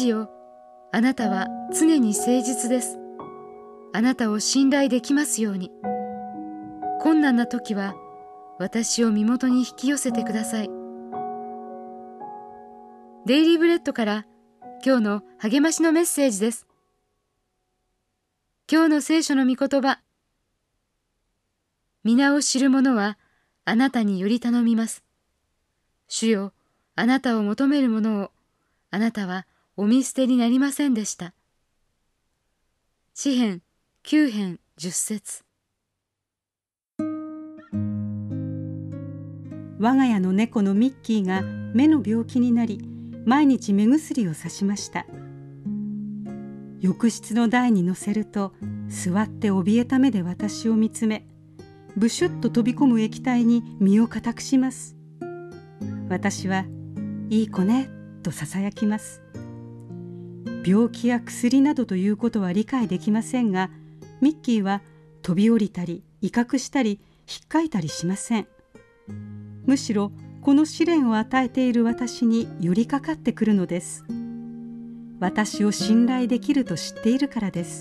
父よ、あなたは常に誠実です。あなたを信頼できますように。困難な時は私を身元に引き寄せてください。デイリーブレッドから今日の励ましのメッセージです。今日の聖書の御言葉。皆を知る者はあなたにより頼みます。主よ、あなたを求める者をあなたはお見捨てになりませんでした。詩編9編10節。 我が家の猫のミッキーが目の病気になり、毎日目薬をさしました。浴室の台に乗せると、座って怯えた目で私を見つめ、ブシュッと飛び込む液体に身を固くします。私は、いい子ね、とささやきます。病気や薬などということは理解できませんが、ミッキーは飛び降りたり威嚇したり引っかいたりしません。むしろこの試練を与えている私に寄りかかってくるのです。私を信頼できると知っているからです。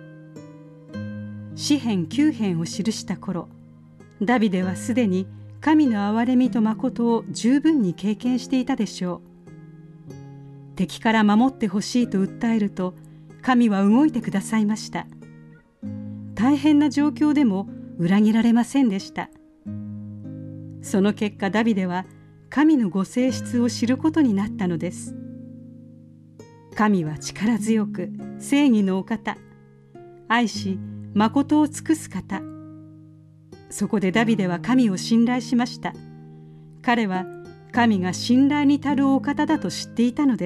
詩編9編を記した頃、ダビデはすでに神の憐れみと誠を十分に経験していたでしょう。敵から守ってほしいと訴えると、神は動いてくださいました。大変な状況でも裏切られませんでした。その結果、ダビデは神のご性質を知ることになったのです。神は力強く正義のお方、愛し誠を尽くす方。そこでダビデは神を信頼しました。彼は神が信頼に足るお方だと知っていたのです。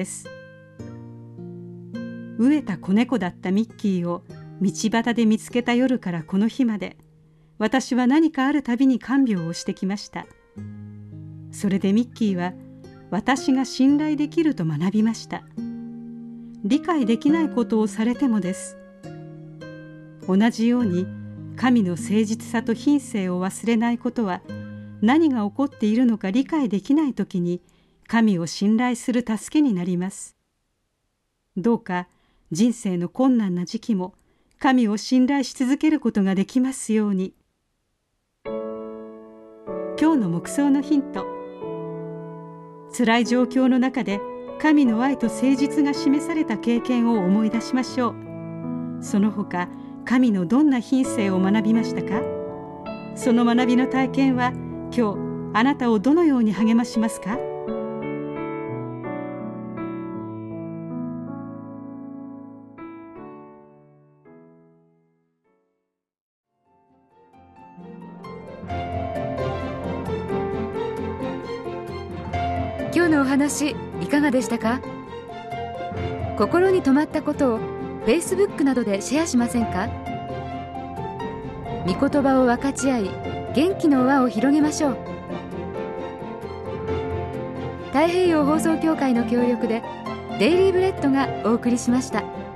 飢えた子猫だったミッキーを道端で見つけた夜からこの日まで、私は何かあるたびに看病をしてきました。それでミッキーは私が信頼できると学びました。理解できないことをされてもです。同じように神の誠実さと品性を忘れないことは、何が起こっているのか理解できないときに神を信頼する助けになります。どうか人生の困難な時期も神を信頼し続けることができますように。今日の黙想のヒント。辛い状況の中で神の愛と誠実が示された経験を思い出しましょう。その他、神のどんな品性を学びましたか？その学びの体験は今日あなたをどのように励ましますか？ 今日のお話いかがでしたか？心に留まったことを Facebook などでシェアしませんか？御言葉を分かち合い、元気の輪を広げましょう。太平洋放送協会の協力でデイリーブレッドがお送りしました。